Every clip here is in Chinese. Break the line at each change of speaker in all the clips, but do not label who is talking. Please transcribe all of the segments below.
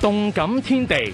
動感天地。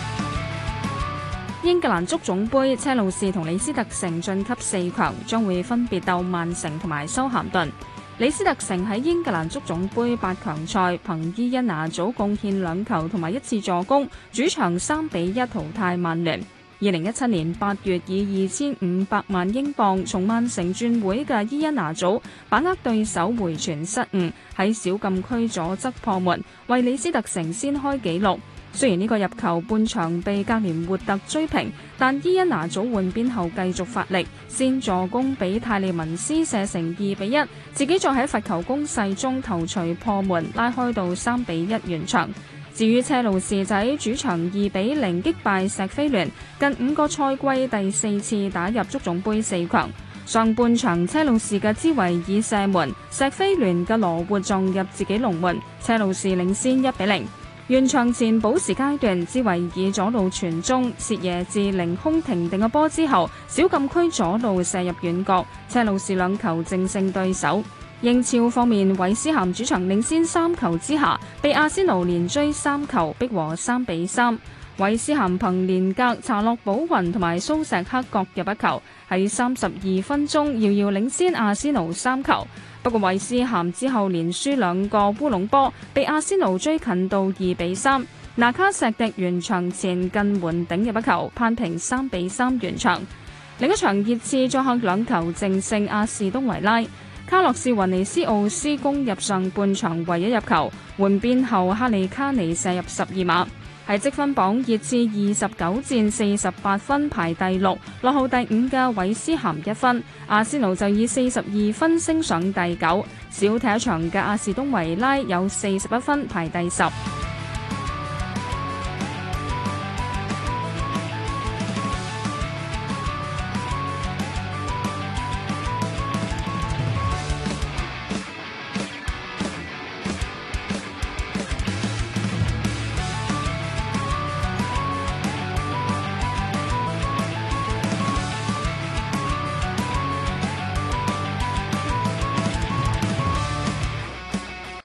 英格蘭足總盃，車路士同李斯特城晉級4強，將會分別鬥曼城同埋修咸頓。李斯特城喺英格蘭足總盃8強賽，憑伊恩拿祖貢獻2球同埋1次助攻，主場3-1淘汰曼聯。2017年8月以2500萬英鎊從曼城轉會嘅伊恩拿祖，把握對手回傳失誤，喺小禁區左側破門，為李斯特城先開紀錄。雖然呢個入球半場被格連活特追平，但伊恩拿祖換邊後繼續發力，先助攻俾泰利文斯射成2-1，自己再喺罰球攻勢中頭槌破門，拉開到3-1完場。至於車路士仔主場2-0擊敗錫菲聯，近5個賽季第4次打入足總盃4強。上半場車路士嘅茲維爾射門，錫菲聯嘅羅活撞入自己龍門，車路士領先1-0。完場前補時階段，茲維爾左路傳中，薛耶治凌空停定嘅波之後，小禁區左路射入遠角，車路士2球淨勝對手。英超方面，韋斯咸主場領先3球之下，被阿仙奴連追3球，逼和3-3。韋斯咸憑連格、查洛保雲同埋蘇石克各入1球，喺32分鐘遙遙領先阿仙奴3球。不過韋斯咸之後連輸2個烏龍波，被阿仙奴追近到2-3。拿卡錫迪完場前近門頂入1球，扳平3-3完場。另一場熱刺作客2球淨勝阿士東維拉。卡洛士雲尼斯奧斯攻入上半場唯一入球，換邊後哈利卡尼射入12碼。喺積分榜，熱刺29戰48分排第6，落後第5嘅韋斯咸1分。阿仙奴就以42分升上第9，少踢一場嘅阿士東維拉有41分排第10。